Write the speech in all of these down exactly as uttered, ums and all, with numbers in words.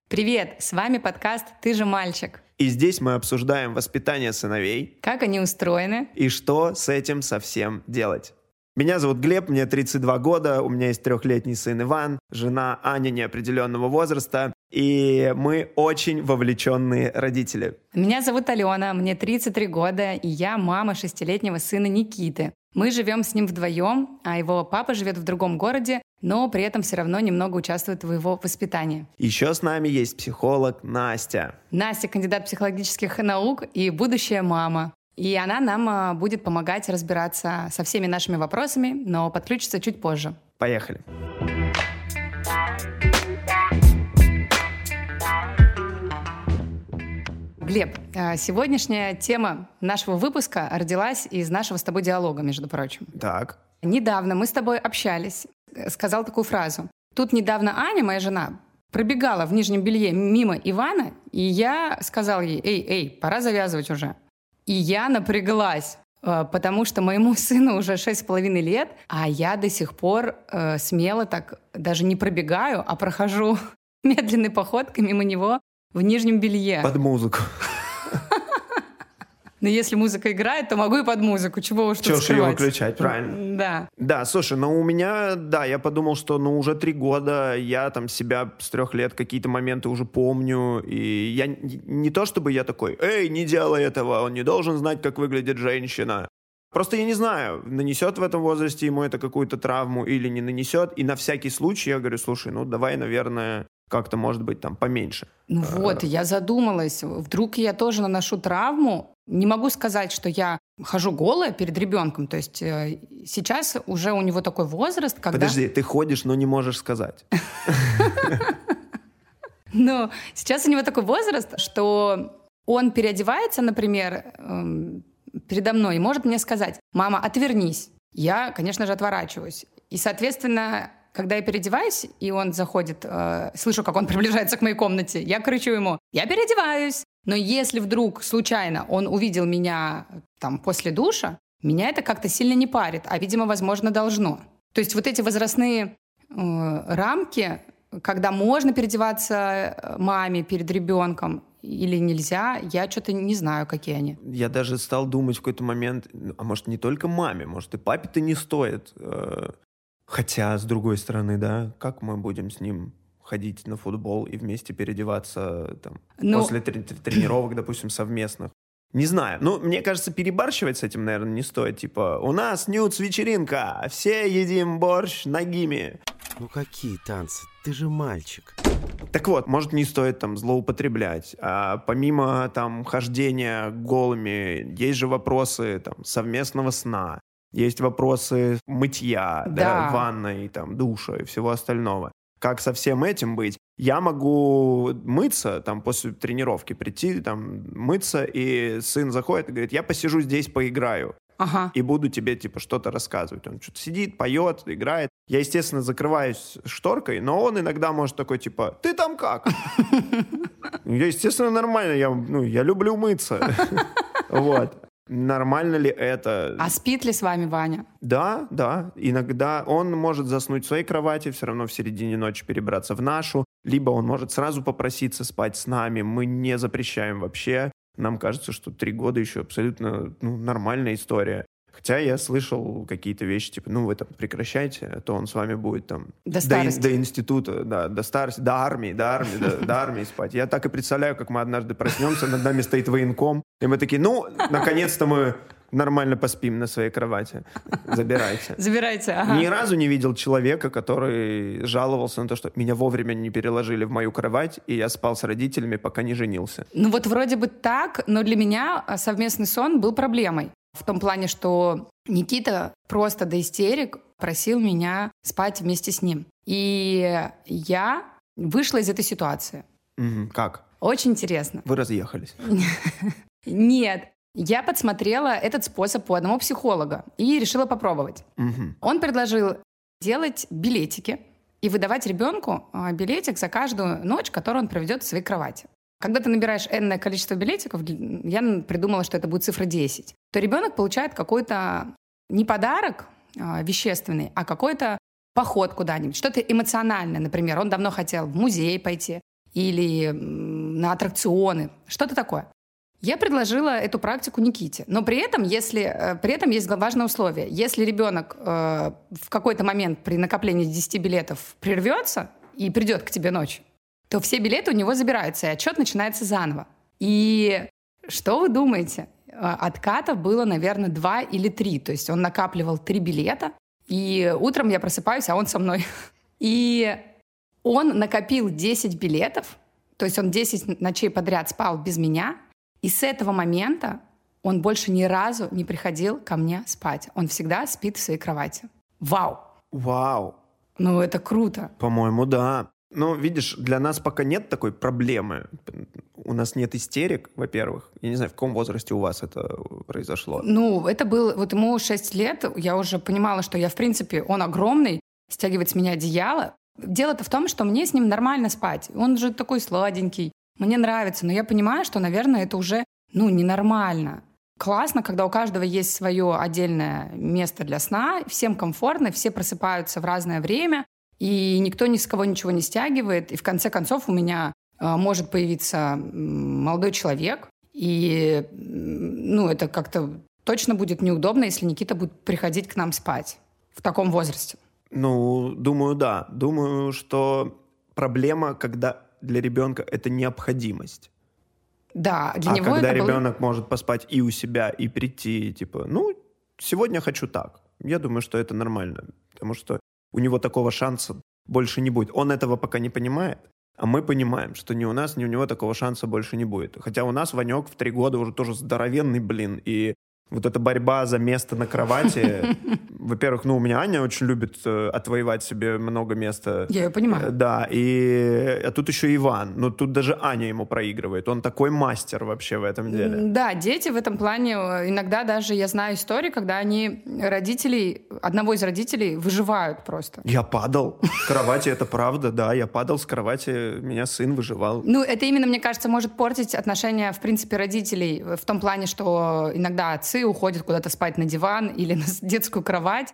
Привет, с вами подкаст «Ты же мальчик». И здесь мы обсуждаем воспитание сыновей, как они устроены и что с этим совсем делать. Меня зовут Глеб, мне тридцать два года, у меня есть трехлетний сын Иван, жена Аня неопределенного возраста, и мы очень вовлеченные родители. Меня зовут Алена, мне тридцать три года, и я мама шестилетнего сына Никиты. Мы живем с ним вдвоем, а его папа живет в другом городе, но при этом все равно немного участвует в его воспитании. Еще с нами есть психолог Настя. Настя — кандидат психологических наук и будущая мама. И она нам будет помогать разбираться со всеми нашими вопросами, но подключится чуть позже. Поехали. Глеб, сегодняшняя тема нашего выпуска родилась из нашего с тобой диалога, между прочим. Так. Недавно мы с тобой общались, сказал такую фразу. Тут недавно Аня, моя жена, пробегала в нижнем белье мимо Ивана, и я сказал ей: «Эй, эй, пора завязывать уже». И я напряглась, потому что моему сыну уже шесть с половиной лет, а я до сих пор э, смело так даже не пробегаю, а прохожу медленной походкой мимо него в нижнем белье. Под музыку. Но если музыка играет, то могу и под музыку. Чего уж тут скрывать. Чего ж ее выключать, правильно. Да. Да, слушай, ну у меня, да, я подумал, что ну уже три года я там себя с трех лет какие-то моменты уже помню. И я не то чтобы я такой: эй, не делай этого, он не должен знать, как выглядит женщина. Просто я не знаю, нанесет в этом возрасте ему это какую-то травму или не нанесет. И на всякий случай я говорю: слушай, ну давай, наверное, как-то, может быть, там поменьше. Ну вот, я задумалась, вдруг я тоже наношу травму. Не могу сказать, что я хожу голая перед ребенком. То есть э, сейчас уже у него такой возраст, когда... Подожди, ты ходишь, но не можешь сказать. Ну, сейчас у него такой возраст, что он переодевается, например, передо мной и может мне сказать: «Мама, отвернись». Я, конечно же, отворачиваюсь. И, соответственно, когда я переодеваюсь, и он заходит, э, слышу, как он приближается к моей комнате, я кричу ему: «Я переодеваюсь». Но если вдруг случайно он увидел меня там после душа, меня это как-то сильно не парит, а, видимо, возможно, должно. То есть вот эти возрастные э, рамки, когда можно переодеваться маме перед ребенком или нельзя, я что-то не знаю, какие они. Я даже стал думать в какой-то момент, а может, не только маме, может, и папе-то не стоит. Хотя, с другой стороны, да, как мы будем с ним ходить на футбол и вместе переодеваться там, ну... после трени- тренировок, допустим, совместных? Не знаю. Ну, мне кажется, перебарщивать с этим, наверное, не стоит. Типа, у нас нюц-вечеринка, все едим борщ нагими. Ну какие танцы? Ты же мальчик. Так вот, может, не стоит там злоупотреблять. А помимо там хождения голыми, есть же вопросы там совместного сна, есть вопросы мытья, да. Да, ванной, там, душа и всего остального. Как со всем этим быть? Я могу мыться, там, после тренировки прийти, там, мыться, и сын заходит и говорит: я посижу здесь, поиграю. Ага. И буду тебе, типа, что-то рассказывать. Он что-то сидит, поет, играет. Я, естественно, закрываюсь шторкой, но он иногда может такой, типа: ты там как? Я, естественно, нормально. Я, ну, я люблю мыться. Вот. Нормально ли это? А спит ли с вами Ваня? Да, да. Иногда он может заснуть в своей кровати, все равно в середине ночи перебраться в нашу. Либо он может сразу попроситься спать с нами. Мы не запрещаем вообще. Нам кажется, что три года еще абсолютно ну, нормальная история. Хотя я слышал какие-то вещи, типа, ну, вы там прекращайте, а то он с вами будет там... До старости. До, до института, да, до старости, до армии, до армии, до, до армии спать. Я так и представляю, как мы однажды проснемся, над нами стоит военком, и мы такие: ну, наконец-то мы нормально поспим на своей кровати. Забирайте. Забирайте, ага. Ни разу не видел человека, который жаловался на то, что меня вовремя не переложили в мою кровать, и я спал с родителями, пока не женился. Ну вот вроде бы так, но для меня совместный сон был проблемой. В том плане, что Никита просто до истерик просил меня спать вместе с ним. И я вышла из этой ситуации. Угу. Как? Очень интересно. Вы разъехались? Нет. Я подсмотрела этот способ у одного психолога и решила попробовать. Угу. Он предложил делать билетики и выдавать ребенку билетик за каждую ночь, которую он проведет в своей кровати. Когда ты набираешь энное количество билетиков, я придумала, что это будет цифра десять, то ребенок получает какой-то не подарок а, вещественный, а какой-то поход куда-нибудь, что-то эмоциональное. Например, он давно хотел в музей пойти, или на аттракционы, что-то такое. Я предложила эту практику Никите, но при этом, если, при этом есть важное условие. Если ребенок э, в какой-то момент при накоплении десяти билетов прервется и придет к тебе ночью, то все билеты у него забираются, и отчет начинается заново. И что вы думаете? Откатов было, наверное, два или три. То есть он накапливал три билета, и утром я просыпаюсь, а он со мной. И он накопил десять билетов, то есть он десять ночей подряд спал без меня, и с этого момента он больше ни разу не приходил ко мне спать. Он всегда спит в своей кровати. Вау! Вау! Ну, это круто. По-моему, да. Ну, видишь, для нас пока нет такой проблемы. У нас нет истерик, во-первых. Я не знаю, в каком возрасте у вас это произошло? Ну, это было... Вот ему шесть лет, я уже понимала, что я, в принципе, он огромный, стягивает с меня одеяло. Дело-то в том, что мне с ним нормально спать. Он же такой сладенький. Мне нравится, но я понимаю, что, наверное, это уже, ну, ненормально. Классно, когда у каждого есть свое отдельное место для сна, всем комфортно, все просыпаются в разное время, и никто ни с кого ничего не стягивает. И в конце концов у меня э, может появиться молодой человек, и, ну, это как-то точно будет неудобно, если Никита будет приходить к нам спать в таком возрасте. Ну, думаю, да. Думаю, что проблема, когда для ребенка это необходимость. Да, для а него когда это ребенок было... может поспать и у себя, и прийти, типа, ну, сегодня хочу так. Я думаю, что это нормально, потому что у него такого шанса больше не будет. Он этого пока не понимает, а мы понимаем, что ни у нас, ни у него такого шанса больше не будет. Хотя у нас Ванек в три года уже тоже здоровенный, блин, и вот эта борьба за место на кровати. Во-первых, ну, у меня Аня очень любит э, отвоевать себе много места. Я ее понимаю. Э, да, и... А тут еще Иван. Ну, тут даже Аня ему проигрывает. Он такой мастер вообще в этом деле. Да, дети в этом плане... Иногда даже я знаю истории, когда они родителей... Одного из родителей выживают просто. Я падал с кровати, это правда, да. Я падал с кровати, меня сын выживал. Ну, это именно, мне кажется, может портить отношения, в принципе, родителей. В том плане, что иногда отцы уходят куда-то спать на диван или на детскую кровать.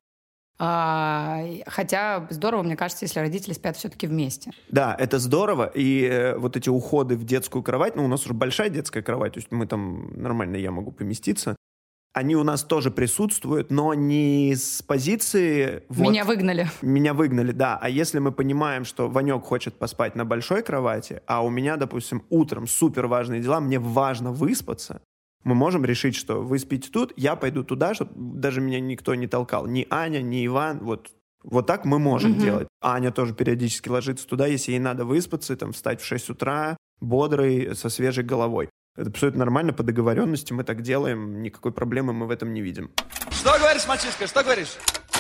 А, хотя здорово, мне кажется, если родители спят все-таки вместе. Да, это здорово. И э, вот эти уходы в детскую кровать, ну, у нас уже большая детская кровать, то есть мы там нормально, я могу поместиться. Они у нас тоже присутствуют, но не с позиции... Вот, меня выгнали. Меня выгнали, да. А если мы понимаем, что Ванек хочет поспать на большой кровати, а у меня, допустим, утром супер важные дела, мне важно выспаться, мы можем решить, что вы спите тут, я пойду туда, чтобы даже меня никто не толкал. Ни Аня, ни Иван. Вот, вот так мы можем mm-hmm. делать. Аня тоже периодически ложится туда, если ей надо выспаться, там, встать в шесть утра, бодрый, со свежей головой. Это абсолютно нормально, по договоренности мы так делаем, никакой проблемы мы в этом не видим. Что говоришь, мальчишка, что говоришь?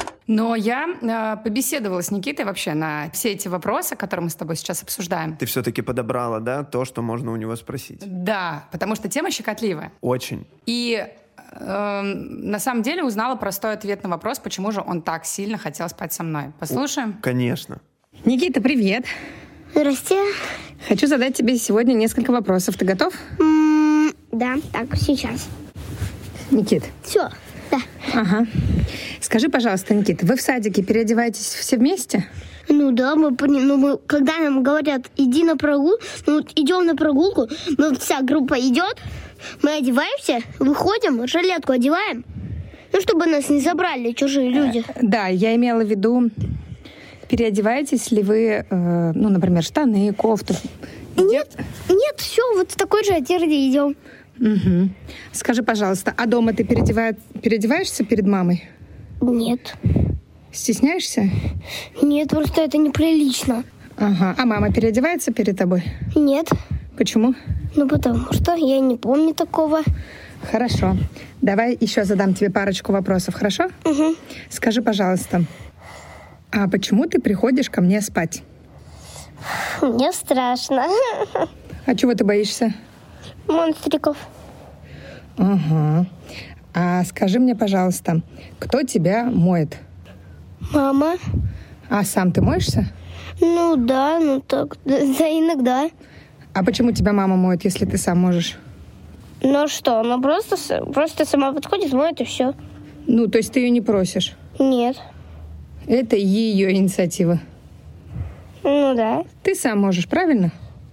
Но я э, побеседовала с Никитой вообще на все эти вопросы, которые мы с тобой сейчас обсуждаем. Ты все-таки подобрала, да, то, что можно у него спросить? Да, потому что тема щекотливая. Очень. И э, на самом деле узнала простой ответ на вопрос, почему же он так сильно хотел спать со мной. Послушаем? Конечно. Никита, привет. Здрасте. Хочу задать тебе сегодня несколько вопросов. Ты готов? М-м, да, так, сейчас. Никит. Все, да. Ага. Скажи, пожалуйста, Никита, вы в садике переодеваетесь все вместе? Ну да, мы, ну, мы когда нам говорят, иди на прогулку, ну, идем на прогулку, ну, вся группа идет, мы одеваемся, выходим, жилетку одеваем, ну, чтобы нас не забрали чужие люди. Да, я имела в виду, переодеваетесь ли вы, э, ну, например, штаны, кофту? Нет, нет, все, вот в такой же одежде идем. Угу. Скажи, пожалуйста, а дома ты переодеваешь, переодеваешься перед мамой? Нет. Стесняешься? Нет, просто это неприлично. Ага. А мама переодевается перед тобой? Нет. Почему? Ну, потому что я не помню такого. Хорошо. Давай еще задам тебе парочку вопросов, хорошо? Угу. Скажи, пожалуйста, а почему ты приходишь ко мне спать? Мне страшно. А чего ты боишься? Монстриков. Ага. А скажи мне, пожалуйста, кто тебя моет? Мама. А сам ты моешься? Ну да, ну так, да, да иногда. А почему тебя мама моет, если ты сам можешь? Ну что, она просто, просто сама подходит, моет и все. Ну, то есть ты ее не просишь? Нет. Это ее инициатива? Ну да. Ты сам можешь, правильно?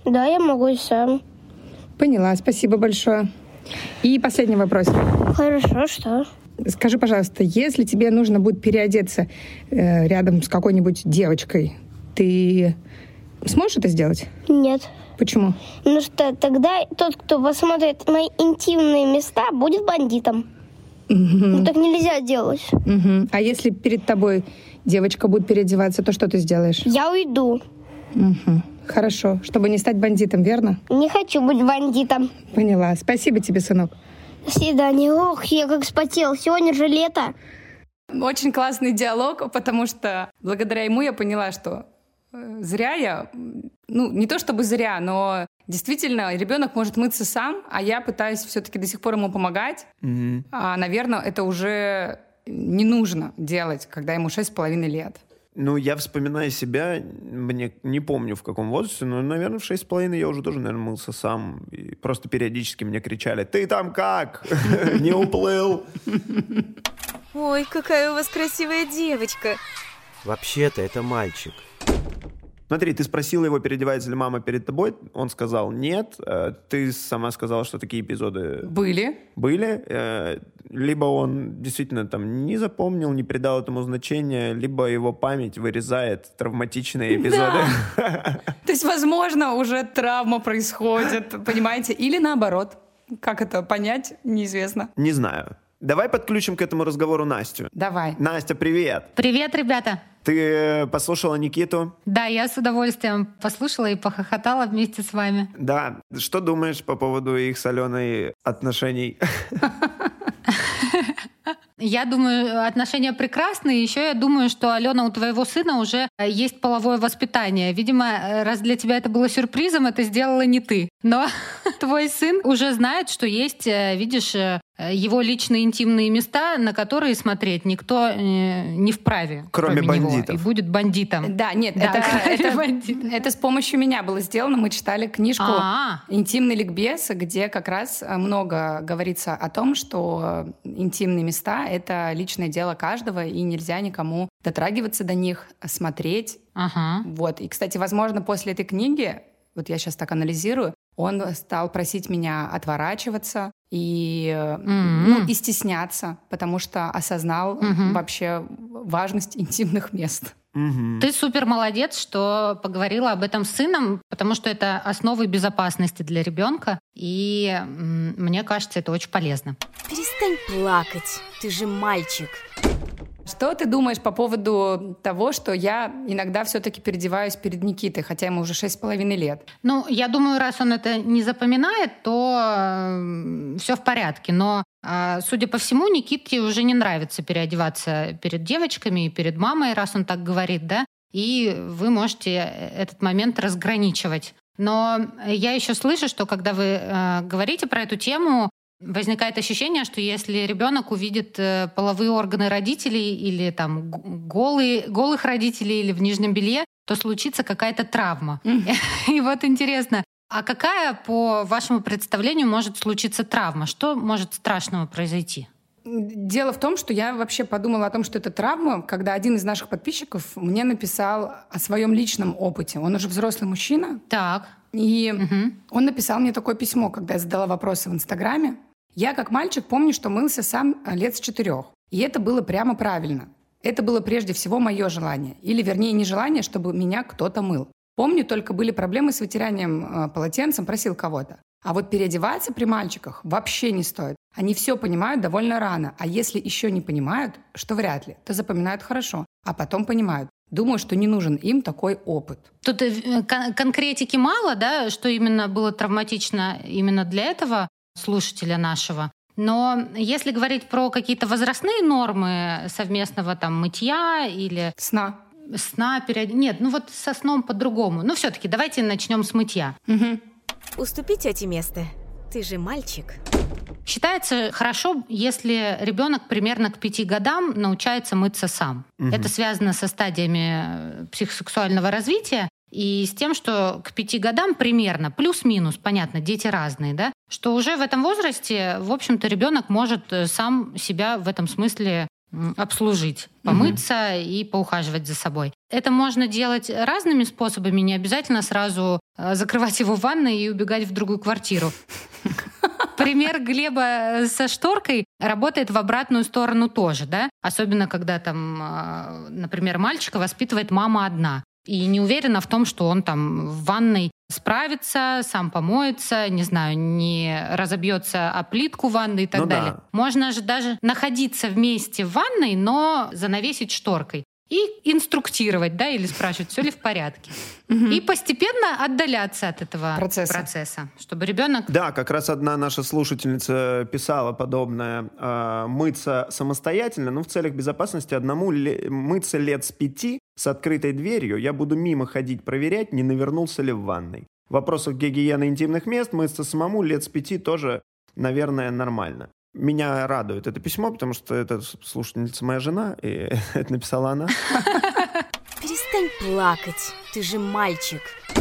Да, я могу и сам. Поняла, спасибо большое. И последний вопрос. Хорошо, что? Скажи, пожалуйста, если тебе нужно будет переодеться э, рядом с какой-нибудь девочкой, ты сможешь это сделать? Нет. Почему? Потому что тогда тот, кто посмотрит мои интимные места, будет бандитом. Угу. Ну, так нельзя делать. Угу. А если перед тобой девочка будет переодеваться, то что ты сделаешь? Я уйду. Угу. Хорошо. Чтобы не стать бандитом, верно? Не хочу быть бандитом. Поняла. Спасибо тебе, сынок. До свидания. Ох, я как вспотел. Сегодня же лето. Очень классный диалог, потому что благодаря ему я поняла, что зря я, ну, не то чтобы зря, но действительно ребенок может мыться сам, а я пытаюсь все-таки до сих пор ему помогать. Mm-hmm. А, наверное, это уже не нужно делать, когда ему шесть с половиной лет. Ну, я вспоминаю себя, мне не помню в каком возрасте, но, наверное, в шесть с половиной я уже тоже, наверное, мылся сам. И просто периодически мне кричали: «Ты там как? Не уплыл?» Ой, какая у вас красивая девочка. Вообще-то это мальчик. Смотри, ты спросила его, переодевается ли мама перед тобой. Он сказал нет. Ты сама сказала, что такие эпизоды были. Были. Либо он действительно там не запомнил, не придал этому значения, либо его память вырезает травматичные эпизоды. Да. То есть, возможно, уже травма происходит, понимаете? Или наоборот. Как это понять, неизвестно. Не знаю. Давай подключим к этому разговору Настю. Давай. Настя, привет. Привет, ребята. Ты послушала Никиту? Да, я с удовольствием послушала и похохотала вместе с вами. Да. Что думаешь по поводу их с Аленой отношений? Я думаю, отношения прекрасные. Еще я думаю, что, Алена, у твоего сына уже есть половое воспитание. Видимо, раз для тебя это было сюрпризом, это сделала не ты. Но твой сын уже знает, что есть, видишь, его личные интимные места, на которые смотреть никто не вправе. Кроме, кроме бандитов. Него, и будет бандитом. Да, нет, да, это, это, это с помощью меня было сделано. Мы читали книжку А-а-а. «Интимный ликбез», где как раз много говорится о том, что интимные места — это личное дело каждого, и нельзя никому дотрагиваться до них, смотреть. Ага. Вот. И, кстати, возможно, после этой книги, вот я сейчас так анализирую, он стал просить меня отворачиваться и, mm-hmm. ну, и стесняться, потому что осознал mm-hmm. вообще важность интимных мест. Mm-hmm. Ты супер молодец, что поговорила об этом с сыном, потому что это основы безопасности для ребенка, и м- мне кажется, это очень полезно. Перестань плакать, ты же мальчик. Что ты думаешь по поводу того, что я иногда все-таки переодеваюсь перед Никитой, хотя ему уже шесть с половиной лет? Ну, я думаю, раз он это не запоминает, то э, все в порядке. Но, э, судя по всему, Никите уже не нравится переодеваться перед девочками и перед мамой, раз он так говорит, да? И вы можете этот момент разграничивать. Но я еще слышу, что когда вы э, говорите про эту тему, возникает ощущение, что если ребенок увидит половые органы родителей или там голые, голых родителей или в нижнем белье, то случится какая-то травма. Mm-hmm. И вот интересно, а какая, по вашему представлению, может случиться травма? Что может страшного произойти? Дело в том, что я вообще подумала о том, что это травма, когда один из наших подписчиков мне написал о своем личном опыте. Он уже взрослый мужчина. Так. И угу. он написал мне такое письмо, когда я задала вопросы в Инстаграме. Я, как мальчик, помню, что мылся сам лет с четырех. И это было прямо правильно. Это было прежде всего мое желание. Или, вернее, не желание, чтобы меня кто-то мыл. Помню, только были проблемы с вытиранием полотенцем, просил кого-то. А вот переодеваться при мальчиках вообще не стоит. Они все понимают довольно рано. А если еще не понимают, что вряд ли, то запоминают хорошо. А потом понимают. Думаю, что не нужен им такой опыт. Тут кон- конкретики мало, да, что именно было травматично именно для этого слушателя нашего. Но если говорить про какие-то возрастные нормы совместного там мытья или... Сна. Сна, перед... Нет, ну вот со сном по-другому. Ну все-таки давайте начнем с мытья. Угу. Уступи тете место. Ты же мальчик. Считается хорошо, если ребенок примерно к пяти годам научается мыться сам. Угу. Это связано со стадиями психосексуального развития. И с тем, что к пяти годам примерно, плюс-минус, понятно, дети разные, да, что уже в этом возрасте, в общем-то, ребенок может сам себя в этом смысле обслужить, помыться угу. и поухаживать за собой. Это можно делать разными способами, не обязательно сразу закрывать его в ванной и убегать в другую квартиру. Пример Глеба со шторкой работает в обратную сторону тоже, да? Особенно, когда там, например, мальчика воспитывает мама одна. И не уверена в том, что он там в ванной справится, сам помоется, не знаю, не разобьется о плитку ванны и так ну далее. Да. Можно же даже находиться вместе в ванной, но занавесить шторкой. И инструктировать, да, или спрашивать, все ли в порядке. И постепенно отдаляться от этого процесса, процесса чтобы ребенок... Да, как раз одна наша слушательница писала подобное. Э, мыться самостоятельно, ну, в целях безопасности одному ле- мыться лет с пяти с открытой дверью. Я буду мимо ходить, проверять, не навернулся ли в ванной. В вопросах гигиены интимных мест мыться самому лет с пяти тоже, наверное, нормально. Меня радует это письмо, потому что это слушательница моя жена, и это написала она. Перестань плакать, ты же мальчик.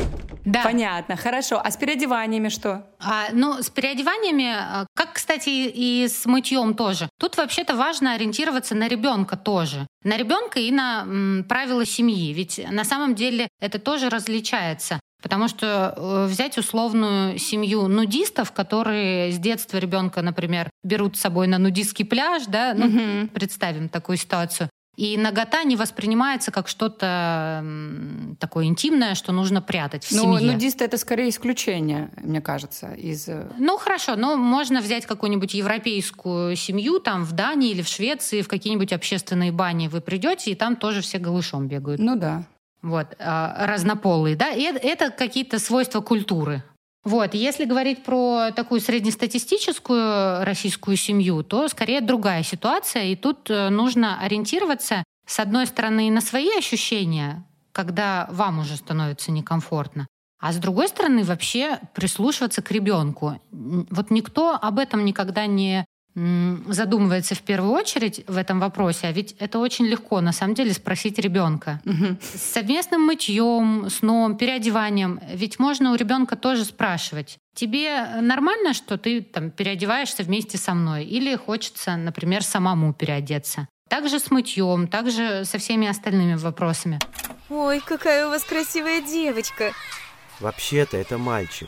Да. Понятно, хорошо. А с переодеваниями что? А, ну, с переодеваниями, как, кстати, и с мытьем тоже. Тут вообще-то важно ориентироваться на ребенка тоже. На ребенка и на м, правила семьи. Ведь на самом деле это тоже различается. Потому что э, взять условную семью нудистов, которые с детства ребенка, например, берут с собой на нудистский пляж, да, ну, mm-hmm. представим такую ситуацию, и нагота не воспринимается как что-то м, такое интимное, что нужно прятать в ну, семье. Нудисты — это скорее исключение, мне кажется. Из... Ну, хорошо, но можно взять какую-нибудь европейскую семью, там, в Дании или в Швеции, в какие-нибудь общественные бани вы придете, и там тоже все голышом бегают. Ну да. Вот, разнополые, да, и это какие-то свойства культуры. Вот, если говорить про такую среднестатистическую российскую семью, то скорее другая ситуация, и тут нужно ориентироваться, с одной стороны, на свои ощущения, когда вам уже становится некомфортно, а с другой стороны, вообще прислушиваться к ребенку. Вот никто об этом никогда не задумывается в первую очередь в этом вопросе, а ведь это очень легко, на самом деле, спросить ребенка. Угу. С совместным мытьем, сном, переодеванием, ведь можно у ребенка тоже спрашивать: тебе нормально, что ты там переодеваешься вместе со мной, или хочется, например, самому переодеться? Также с мытьем, также со всеми остальными вопросами. Ой, какая у вас красивая девочка. Вообще-то это мальчик.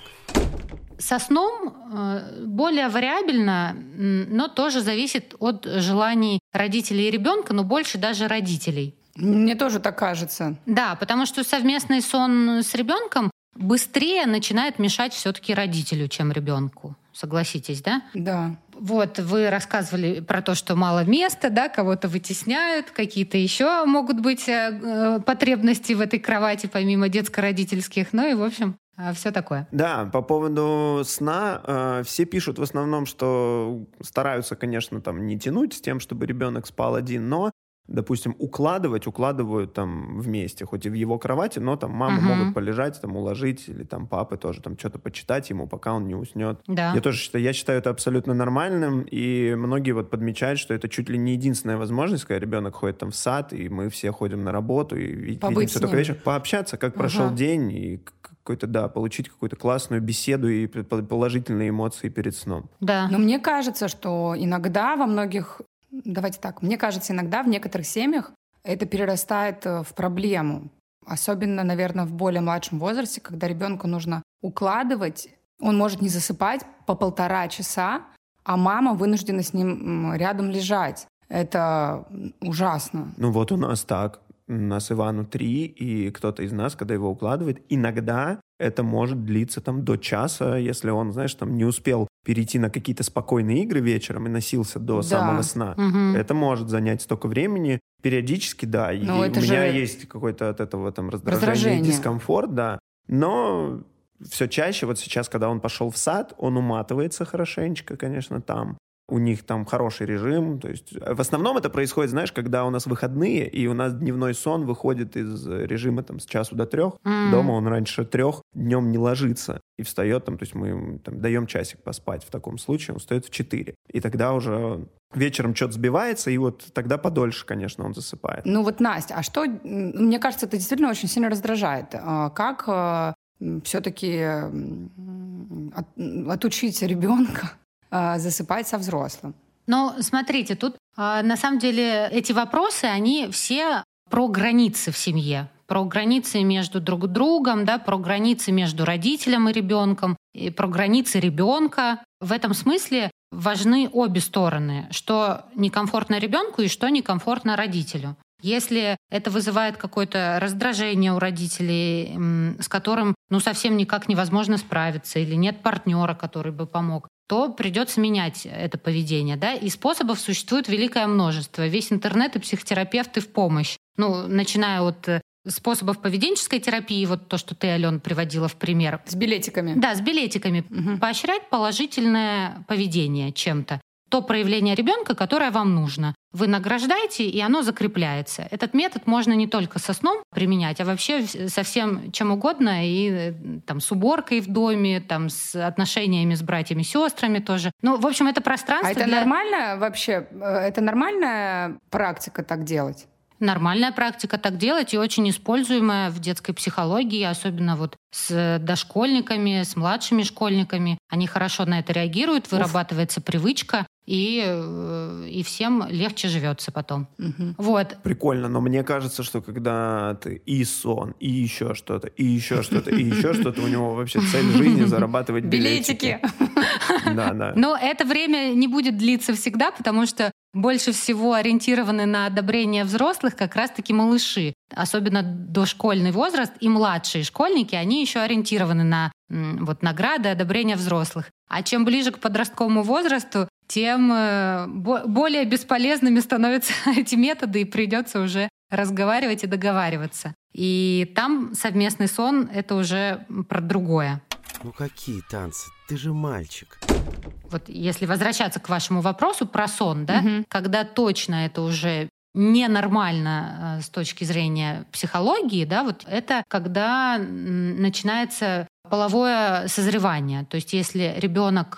Со сном более вариабельно, но тоже зависит от желаний родителей и ребенка, но больше даже родителей. Мне тоже так кажется. Да, потому что совместный сон с ребенком быстрее начинает мешать все-таки родителю, чем ребенку. Согласитесь, да? Да. Вот вы рассказывали про то, что мало места, да, кого-то вытесняют, какие-то еще могут быть э, потребности в этой кровати, помимо детско-родительских. Ну и, в общем, э, все такое. Да, по поводу сна э, все пишут в основном, что стараются, конечно, там не тянуть с тем, чтобы ребенок спал один, но, допустим, укладывать, укладывают там вместе, хоть и в его кровати, но там мамы uh-huh. могут полежать, там уложить, или там папы тоже там что-то почитать ему, пока он не уснет. Да. Я тоже считаю, я считаю это абсолютно нормальным, и многие вот подмечают, что это чуть ли не единственная возможность, когда ребенок ходит там в сад, и мы все ходим на работу, и видим все только вечером, пообщаться, как uh-huh. прошел день, и какой-то, да, получить какую-то классную беседу и положительные эмоции перед сном. Да. Но мне кажется, что иногда во многих Давайте так. Мне кажется, иногда в некоторых семьях это перерастает в проблему. Особенно, наверное, в более младшем возрасте, когда ребенку нужно укладывать. Он может не засыпать по полтора часа, а мама вынуждена с ним рядом лежать. Это ужасно. Ну вот у нас так. У нас Ивану три, и кто-то из нас, когда его укладывает, иногда это может длиться там до часа, если он, знаешь, там не успел перейти на какие-то спокойные игры вечером и носился до да. самого сна. Угу. Это может занять столько времени. Периодически, да. И у меня же... есть какой-то от этого там раздражение, раздражение. дискомфорт, да. Но все чаще, вот сейчас, когда он пошел в сад, он уматывается хорошенечко, конечно, там. У них там хороший режим. То есть в основном это происходит, знаешь, когда у нас выходные, и у нас дневной сон выходит из режима там с часу до трех. Mm. Дома он раньше трех днем не ложится и встает там, то есть мы там, даем часик поспать. В таком случае он встает в четыре. И тогда уже вечером что-то сбивается, и вот тогда подольше, конечно, он засыпает. Ну вот, Настя, а что... Мне кажется, это действительно очень сильно раздражает. Как все-таки от, отучить ребенка засыпать со взрослым? Ну, смотрите, тут на самом деле эти вопросы, они все про границы в семье, про границы между друг другом, да, про границы между родителем и ребенком, и про границы ребенка. В этом смысле важны обе стороны, что некомфортно ребенку и что некомфортно родителю. Если это вызывает какое-то раздражение у родителей, с которым ну, совсем никак невозможно справиться, или нет партнера, который бы помог, то придется менять это поведение. Да? И способов существует великое множество. Весь интернет и психотерапевты в помощь. Ну, начиная от способов поведенческой терапии, вот то, что ты, Алён, приводила в пример. С билетиками. Да, с билетиками. Угу. Поощрять положительное поведение чем-то. То проявление ребенка, которое вам нужно. Вы награждаете, и оно закрепляется. Этот метод можно не только со сном применять, а вообще со всем чем угодно, и там, с уборкой в доме, там, с отношениями с братьями, сестрами тоже. Ну, в общем, это пространство. А это для... нормально вообще? Это нормальная практика так делать? Нормальная практика так делать и очень используемая в детской психологии, особенно вот с дошкольниками, с младшими школьниками. Они хорошо на это реагируют, вырабатывается Уф. привычка, и, и всем легче живется потом. Угу. Вот. Прикольно, но мне кажется, что когда ты и сон, и еще что-то, и еще что-то, и еще что-то, у него вообще цель жизни зарабатывать билетики. Да, да. Но это время не будет длиться всегда, потому что больше всего ориентированы на одобрение взрослых как раз-таки малыши. Особенно дошкольный возраст и младшие школьники, они еще ориентированы на вот, награды, одобрение взрослых. А чем ближе к подростковому возрасту, тем более бесполезными становятся эти методы, и придется уже разговаривать и договариваться. И там совместный сон — это уже про другое. Ну какие танцы? Ты же мальчик. Вот если возвращаться к вашему вопросу про сон, да, угу. когда точно это уже ненормально с точки зрения психологии, да, вот это когда начинается половое созревание. То есть если ребенок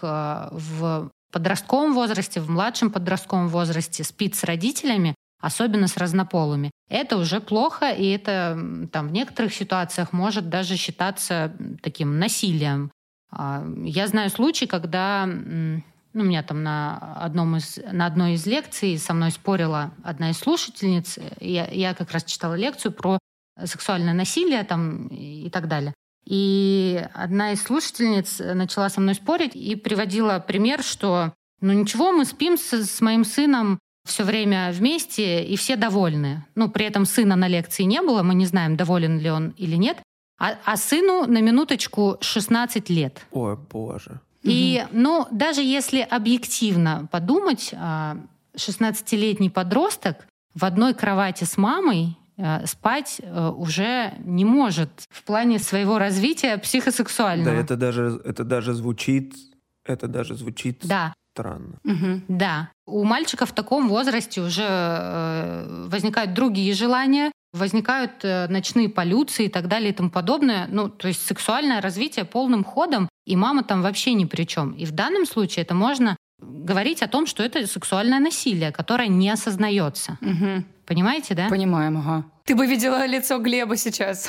в подростковом возрасте, в младшем подростковом возрасте спит с родителями, особенно с разнополыми, это уже плохо, и это там, в некоторых ситуациях может даже считаться таким насилием. Я знаю случай, когда ну, у меня там на, одном из, на одной из лекций со мной спорила одна из слушательниц. Я, я как раз читала лекцию про сексуальное насилие там, и так далее. И одна из слушательниц начала со мной спорить и приводила пример, что ну ничего, мы спим с, с моим сыном все время вместе, и все довольны. Ну, при этом сына на лекции не было, мы не знаем, доволен ли он или нет. А, а сыну на минуточку шестнадцать лет. Ой, боже. И, ну, даже если объективно подумать, шестнадцатилетний подросток в одной кровати с мамой спать уже не может в плане своего развития психосексуального. Да, это даже, это даже звучит, это даже звучит да. странно. Угу. Да. У мальчика в таком возрасте уже возникают другие желания, возникают ночные полюции и так далее и тому подобное. Ну, то есть сексуальное развитие полным ходом, и мама там вообще ни при чем. И в данном случае это можно говорить о том, что это сексуальное насилие, которое не осознается. Угу. Понимаете, да? Понимаем, ага. Ты бы видела лицо Глеба сейчас.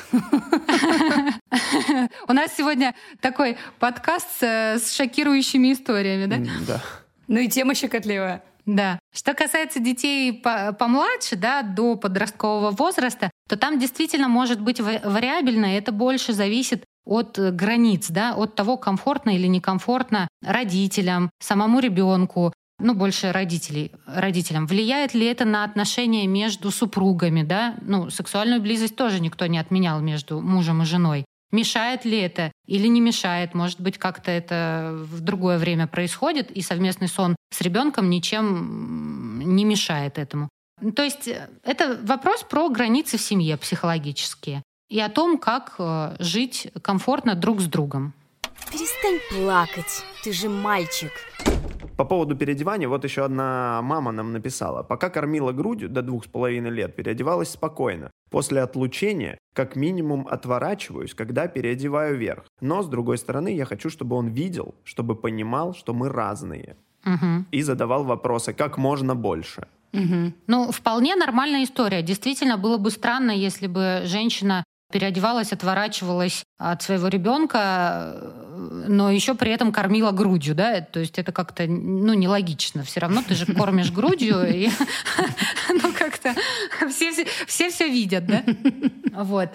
У нас сегодня такой подкаст с шокирующими историями, да? Да. Ну и тема щекотливая. Да. Что касается детей помладше, да, до подросткового возраста, то там действительно может быть вариабельно, и это больше зависит от границ, да, от того, комфортно или некомфортно родителям, самому ребенку, ну, больше родителей, родителям. Влияет ли это на отношения между супругами, да? Ну, сексуальную близость тоже никто не отменял между мужем и женой. Мешает ли это или не мешает? Может быть, как-то это в другое время происходит, и совместный сон с ребенком ничем не мешает этому. То есть это вопрос про границы в семье психологические и о том, как жить комфортно друг с другом. Перестань плакать, ты же мальчик. По поводу переодевания, вот еще одна мама нам написала. Пока кормила грудью до двух с половиной лет, переодевалась спокойно. После отлучения, как минимум, отворачиваюсь, когда переодеваю вверх. Но, с другой стороны, я хочу, чтобы он видел, чтобы понимал, что мы разные. Угу. И задавал вопросы как можно больше. Угу. Ну, вполне нормальная история. Действительно, было бы странно, если бы женщина переодевалась, отворачивалась от своего ребенка, но еще при этом кормила грудью, да, то есть это как-то, ну, нелогично. Все равно ты же кормишь грудью, и ну, как-то все все видят, да? Вот.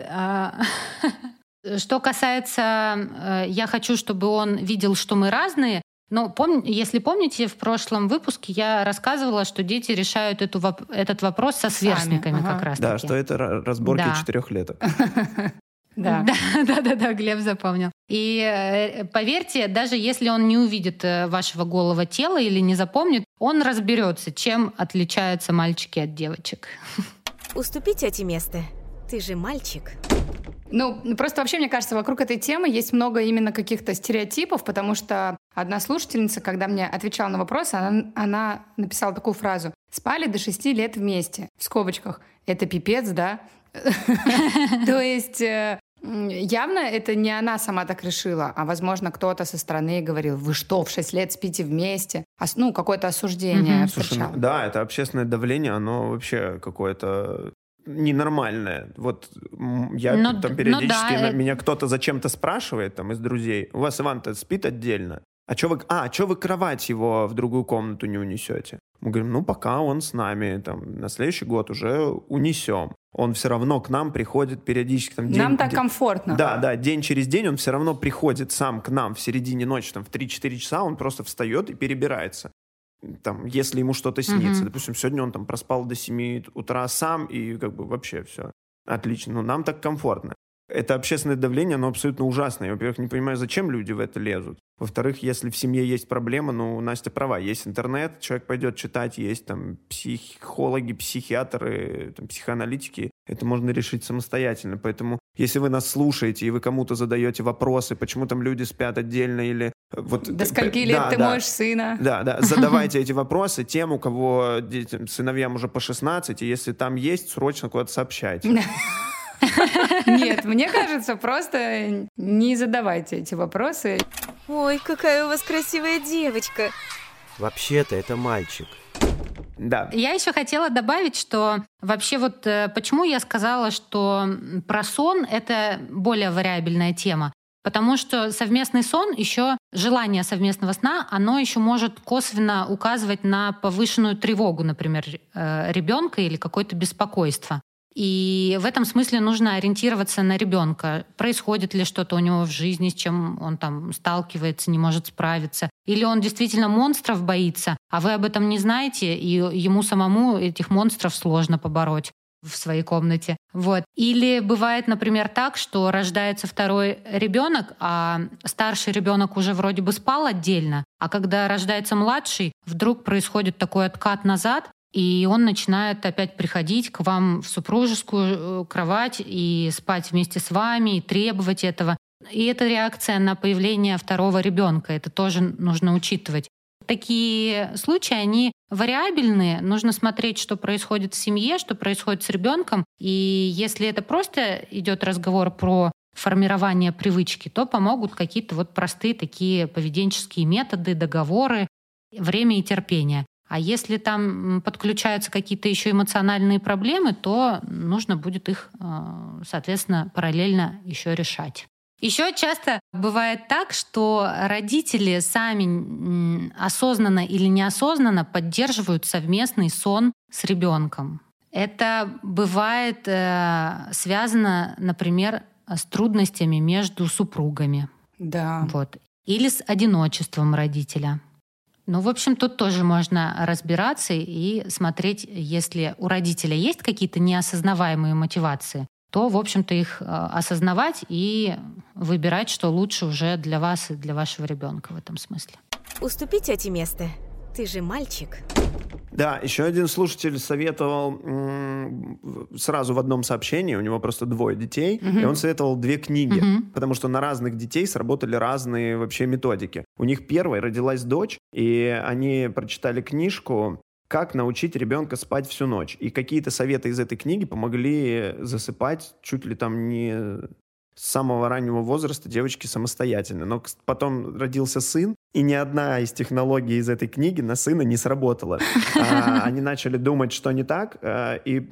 Что касается «я хочу, чтобы он видел, что мы разные», но пом... если помните, в прошлом выпуске я рассказывала, что дети решают эту воп... этот вопрос со сверстниками. Ага. Как раз да, таки. Что это разборки да. четырехлеток. Да. Да, да, да, да, Глеб запомнил. И э, поверьте, даже если он не увидит вашего голого тела или не запомнит, он разберется, чем отличаются мальчики от девочек. Уступи тете место. Ты же мальчик. Ну, просто вообще, мне кажется, вокруг этой темы есть много именно каких-то стереотипов, потому что одна слушательница, когда мне отвечала на вопрос, она, она написала такую фразу: «Спали до шести лет вместе». В скобочках. Это пипец, да? То есть явно это не она сама так решила, а, возможно, кто-то со стороны говорил: «Вы что, в шесть лет спите вместе?» Ну, какое-то осуждение встречало. Да, это общественное давление, оно вообще какое-то... ненормальное. Вот я но, там периодически, да, меня кто-то зачем-то спрашивает там из друзей: «У вас Иван-то спит отдельно? А что вы, а, чё вы кровать его в другую комнату не унесете?» Мы говорим: ну, пока он с нами, там, на следующий год уже унесем. Он все равно к нам приходит периодически. Там, день, нам так день, комфортно. Да, да, день через день он все равно приходит сам к нам в середине ночи, там, в три-четыре часа он просто встает и перебирается. Там, если ему что-то снится. Mm-hmm. Допустим, сегодня он там проспал до семи утра сам, и как бы вообще все отлично. Но нам так комфортно. Это общественное давление, оно абсолютно ужасное. Я, во-первых, не понимаю, зачем люди в это лезут. Во-вторых, если в семье есть проблема, ну, Настя права, есть интернет, человек пойдет читать, есть там психологи, психиатры, там, психоаналитики. Это можно решить самостоятельно. Поэтому, если вы нас слушаете, и вы кому-то задаете вопросы, почему там люди спят отдельно, или... Вот, до скольки лет да, ты да, моешь сына? Да, да, задавайте эти вопросы тем, у кого детям, сыновьям уже по шестнадцать, и если там есть, срочно куда-то сообщайте. Нет, мне кажется, просто не задавайте эти вопросы. Ой, какая у вас красивая девочка. Вообще-то это мальчик. Да. Я еще хотела добавить, что вообще вот почему я сказала, что про сон — это более вариабельная тема. Потому что совместный сон, еще желание совместного сна, оно еще может косвенно указывать на повышенную тревогу, например, ребенка или какое-то беспокойство. И в этом смысле нужно ориентироваться на ребенка. Происходит ли что-то у него в жизни, с чем он там сталкивается, не может справиться. Или он действительно монстров боится, а вы об этом не знаете, и ему самому этих монстров сложно побороть в своей комнате. Вот. Или бывает, например, так, что рождается второй ребенок, а старший ребенок уже вроде бы спал отдельно, а когда рождается младший, вдруг происходит такой откат назад, и он начинает опять приходить к вам в супружескую кровать и спать вместе с вами, и требовать этого. И это реакция на появление второго ребенка. Это тоже нужно учитывать. Такие случаи, они вариабельные. Нужно смотреть, что происходит в семье, что происходит с ребенком. И если это просто идет разговор про формирование привычки, то помогут какие-то вот простые такие поведенческие методы, договоры, время и терпение. А если там подключаются какие-то еще эмоциональные проблемы, то нужно будет их, соответственно, параллельно еще решать. Еще часто бывает так, что родители сами осознанно или неосознанно поддерживают совместный сон с ребенком. Это бывает связано, например, с трудностями между супругами. Да. Вот. Или с одиночеством родителя. Ну, в общем, тут тоже можно разбираться и смотреть, если у родителя есть какие-то неосознаваемые мотивации, то, в общем-то, их осознавать и выбирать, что лучше уже для вас и для вашего ребенка в этом смысле. Уступи тете место. Ты же мальчик. Да, еще один слушатель советовал м- сразу в одном сообщении, у него просто двое детей, uh-huh. и он советовал две книги, uh-huh. потому что на разных детей сработали разные вообще методики. У них первой родилась дочь, и они прочитали книжку «Как научить ребенка спать всю ночь». И какие-то советы из этой книги помогли засыпать чуть ли там не с самого раннего возраста девочки самостоятельно. Но потом родился сын, и ни одна из технологий из этой книги на сына не сработала. Они начали думать, что не так, и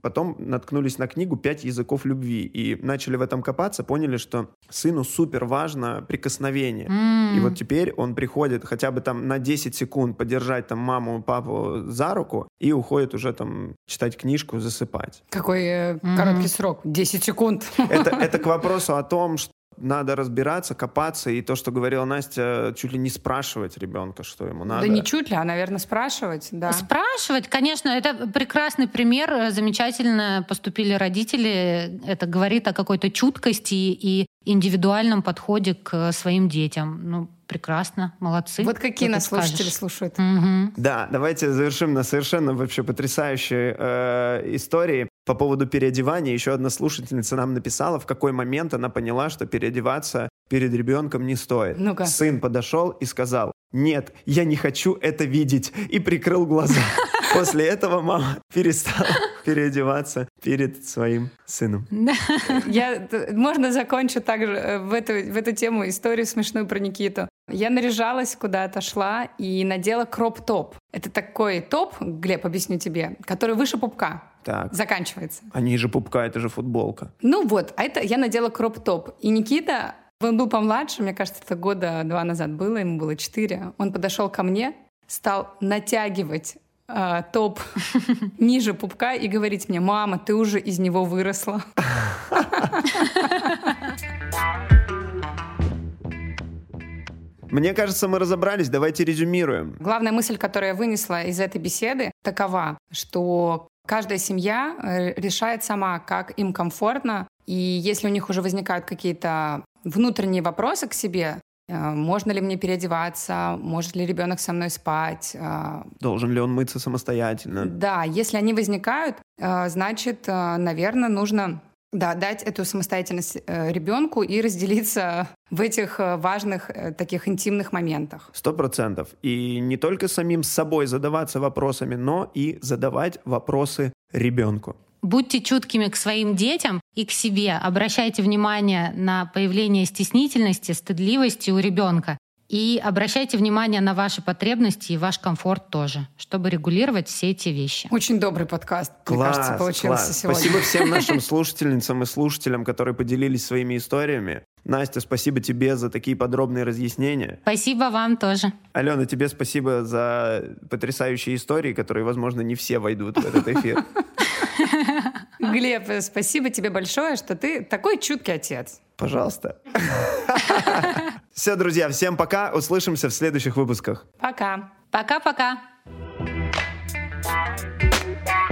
потом наткнулись на книгу «Пять языков любви» и начали в этом копаться, поняли, что сыну супер важно прикосновение. Mm. И вот теперь он приходит хотя бы там на десять секунд подержать там маму, папу за руку и уходит уже там читать книжку, засыпать. Какой э, mm. короткий срок? десять секунд. Это, это к вопросу о том, что надо разбираться, копаться, и то, что говорила Настя, чуть ли не спрашивать ребенка, что ему надо. Да не чуть ли, а, наверное, спрашивать, да. Спрашивать, конечно, это прекрасный пример, замечательно поступили родители, это говорит о какой-то чуткости и индивидуальном подходе к своим детям. Ну, прекрасно, молодцы. Вот какие нас скажешь. слушатели слушают. Угу. Да, давайте завершим на совершенно вообще потрясающей э, истории. По поводу переодевания еще одна слушательница нам написала, в какой момент она поняла, что переодеваться перед ребенком не стоит. Ну-ка. Сын подошел и сказал: «Нет, я не хочу это видеть», и прикрыл глаза. После этого мама перестала переодеваться перед своим сыном. Я, можно закончу также в эту, в эту тему историю смешную про Никиту. Я наряжалась куда-то, шла и надела кроп-топ. Это такой топ, Глеб, объясню тебе, который выше пупка. Так. Заканчивается. А ниже пупка — это же футболка. Ну вот, а это я надела кроп-топ. И Никита, он был помладше, мне кажется, это года два назад было, ему было четыре. Он подошел ко мне, стал натягивать э, топ ниже пупка и говорить мне: «Мама, ты уже из него выросла». Мне кажется, мы разобрались. Давайте резюмируем. Главная мысль, которую я вынесла из этой беседы, такова, что каждая семья решает сама, как им комфортно. И если у них уже возникают какие-то внутренние вопросы к себе, можно ли мне переодеваться, может ли ребенок со мной спать. Должен ли он мыться самостоятельно? Да, если они возникают, значит, наверное, нужно... Да, дать эту самостоятельность э, ребенку и разделиться в этих э, важных э, таких интимных моментах. Сто процентов. И не только самим с собой задаваться вопросами, но и задавать вопросы ребенку. Будьте чуткими к своим детям и к себе. Обращайте внимание на появление стеснительности, стыдливости у ребенка. И обращайте внимание на ваши потребности и ваш комфорт тоже, чтобы регулировать все эти вещи. Очень добрый подкаст, класс, мне кажется, получился класс. сегодня. Спасибо всем нашим слушательницам и слушателям, которые поделились своими историями. Настя, спасибо тебе за такие подробные разъяснения. Спасибо вам тоже. Алена, тебе спасибо за потрясающие истории, которые, возможно, не все войдут в этот эфир. Глеб, спасибо тебе большое, что ты такой чуткий отец. Пожалуйста. Все, друзья, всем пока. Услышимся в следующих выпусках. Пока. Пока-пока.